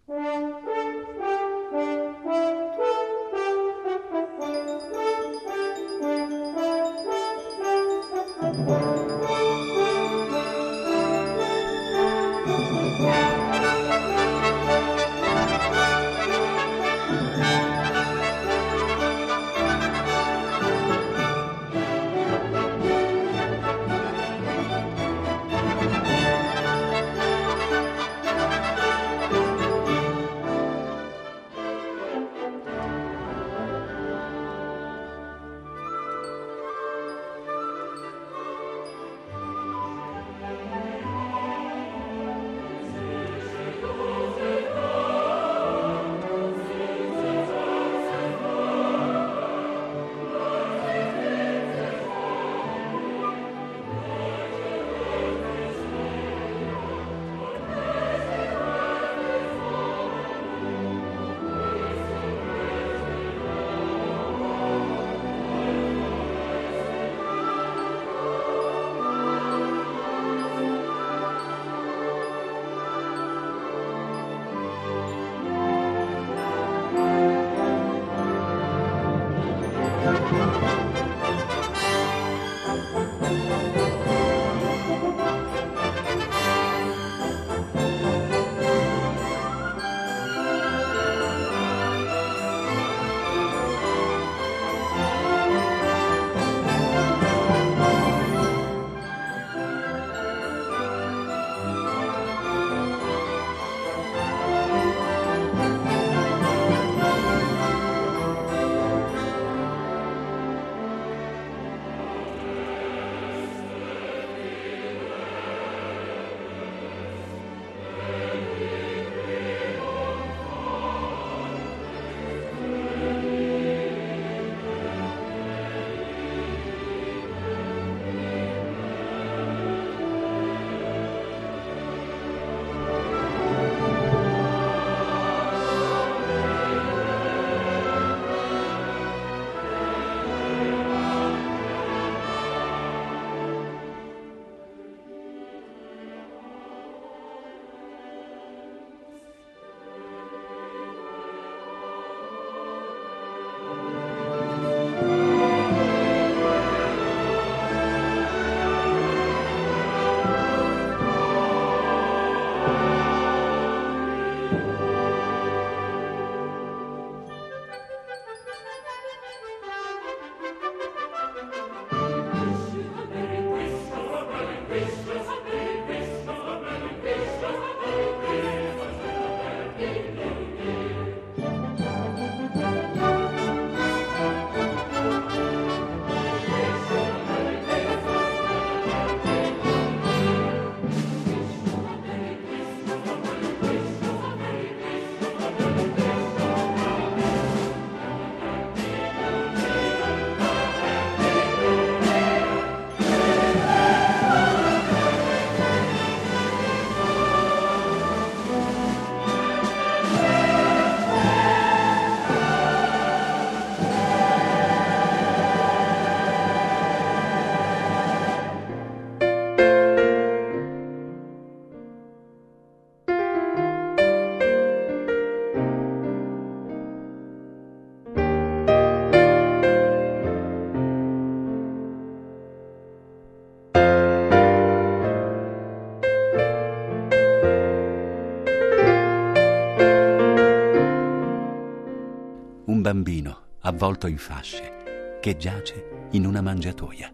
Un bambino avvolto in fasce che giace in una mangiatoia.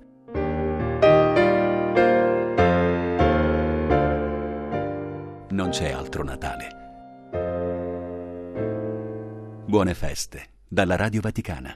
Non c'è altro Natale. Buone feste dalla Radio Vaticana.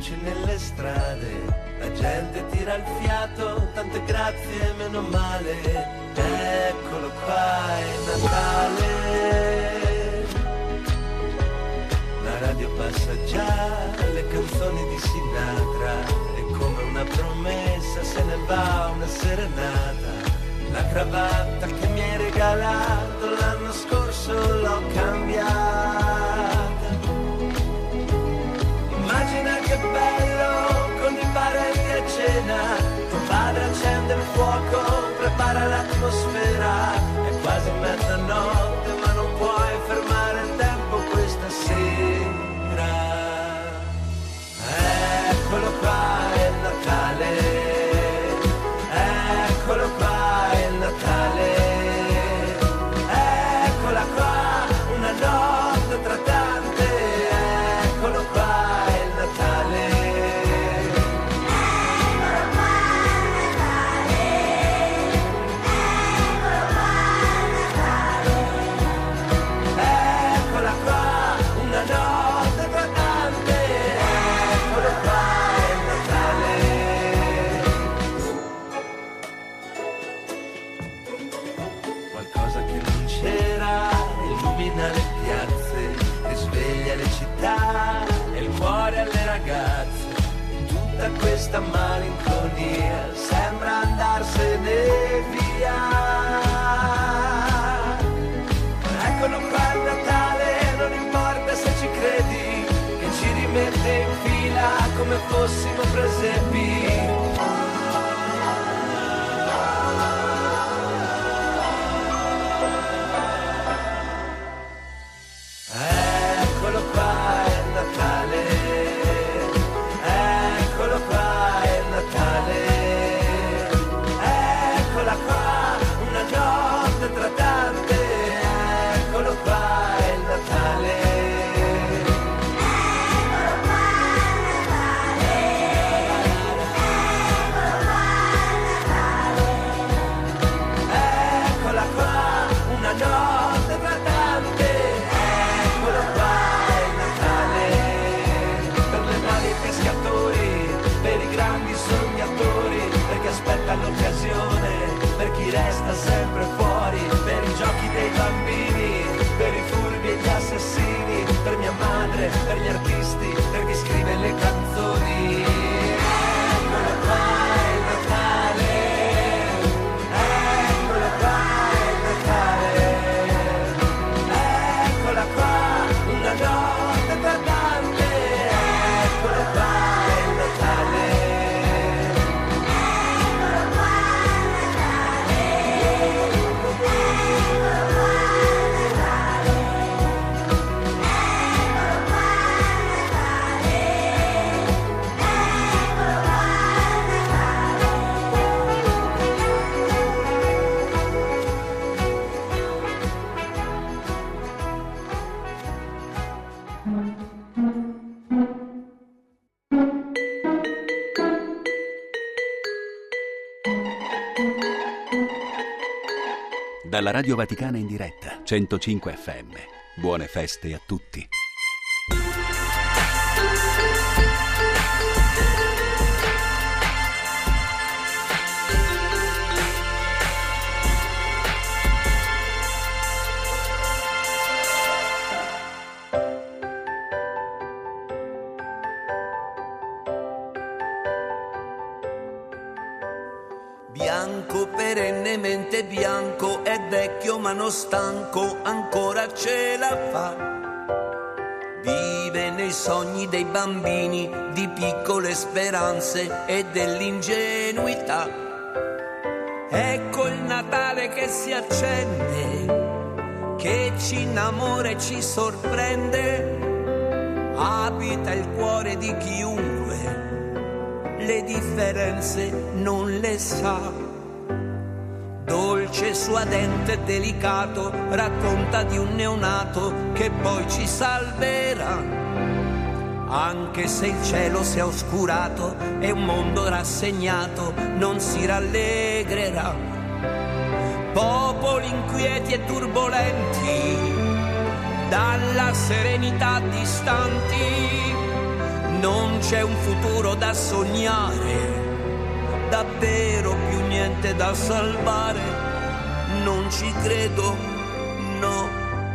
luci nelle strade, la gente tira il fiato, tante grazie, meno male. Eccolo qua, è Natale. La radio passa già le canzoni di Sinatra, e come una promessa se ne va una serenata. La cravatta che mi hai regalato l'anno scorso l'ho cambiata. Immagina che bello con i parenti a cena, tuo padre accende il fuoco, prepara l'atmosfera, è quasi mezzanotte ma non puoi fermare il tempo questa sera. Eccolo qua, è Natale, eccolo qua, è Natale, eccola qua, una notte tra tante, eccolo qua, è Natale. Eccola qua, una notte tra tante, eccolo qua, è Natale. Qualcosa che non c'era, illumina le piazze, risveglia le città e il cuore alle ragazze. Tutta questa malinconia sembra andarsene via. Eccolo qua il Natale, non importa se ci credi, che ci rimette in fila come fossimo presepi. Eccolo qua, è Natale, eccolo qua, è Natale, eccola qua, una notte tra tante, eccolo qua, è Natale. Eccola qua, una notte tra tante, eccolo qua, è Natale. Per le mani pescatori, per i grandi sognatori, perché aspetta l'occasione, per chi resta sempre fuori, per i giochi dei bambini, per i furbi e gli assassini, per mia madre, per gli artisti, per chi scrive le canzoni. Eccolo qua, è Natale, eccolo qua, è Natale, eccola qua, una notte tra tante, eccolo qua, è Natale. Dalla Radio Vaticana in diretta, 105 FM. Buone feste a tutti. Bianco, perennemente bianco, è vecchio ma non stanco, ancora ce la fa. Vive nei sogni dei bambini, di piccole speranze e dell'ingenuità. Ecco il Natale che si accende, che ci innamora e ci sorprende. Abita il cuore di chiunque, le differenze non le sa. Dolce, suadente, delicato, racconta di un neonato che poi ci salverà. Anche se il cielo si è oscurato e un mondo rassegnato non si rallegrerà. Popoli inquieti e turbolenti, dalla serenità distanti, Non c'è un futuro da sognare, davvero più niente da salvare, non ci credo, no.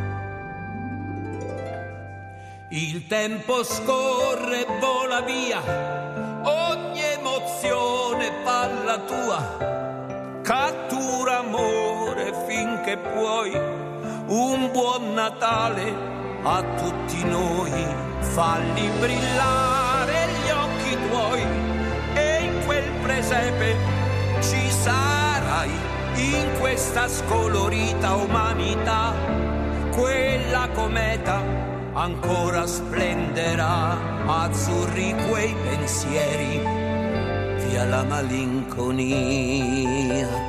Il tempo scorre e vola via, ogni emozione parla tua, cattura amore finché puoi, un buon Natale a tutti noi, falli brillare gli occhi tuoi e in quel presepe ci sarai, in questa scolorita umanità, quella cometa ancora splenderà, azzurri quei pensieri, via la malinconia.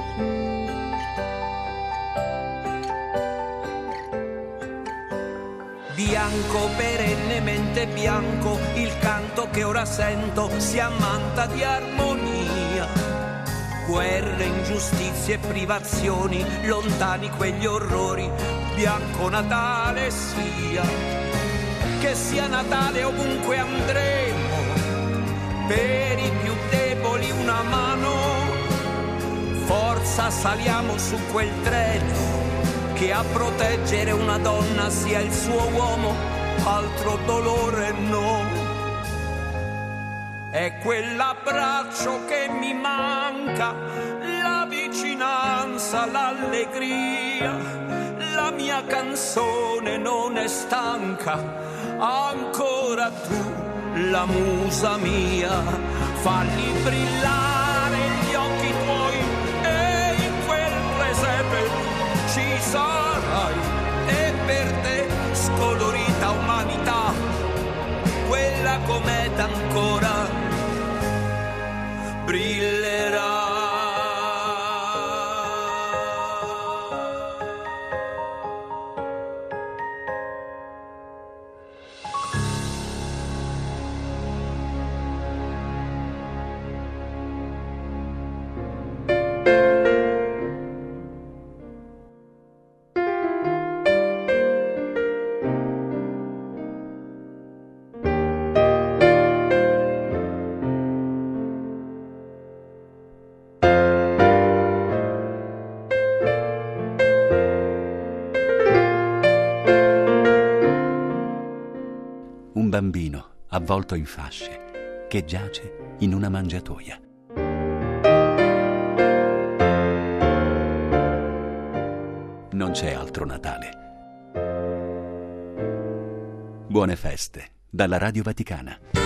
Bianco, perennemente bianco, il canto che ora sento si ammanta di armonia. Guerre, ingiustizie e privazioni, lontani quegli orrori, bianco Natale sia. Che sia Natale ovunque andremo, per i più deboli una mano. Forza, saliamo su quel treno, che a proteggere una donna sia il suo uomo, altro dolore no. È quell'abbraccio che mi manca, la vicinanza, l'allegria, la mia canzone non è stanca, ancora tu, la musa mia, falli brillare gli occhi tuoi e in quel presepe ci sarai, e per te scolorita umanità, quella cometa ancora brillerà. Un bambino avvolto in fasce che giace in una mangiatoia. Non c'è altro Natale. Buone feste dalla Radio Vaticana.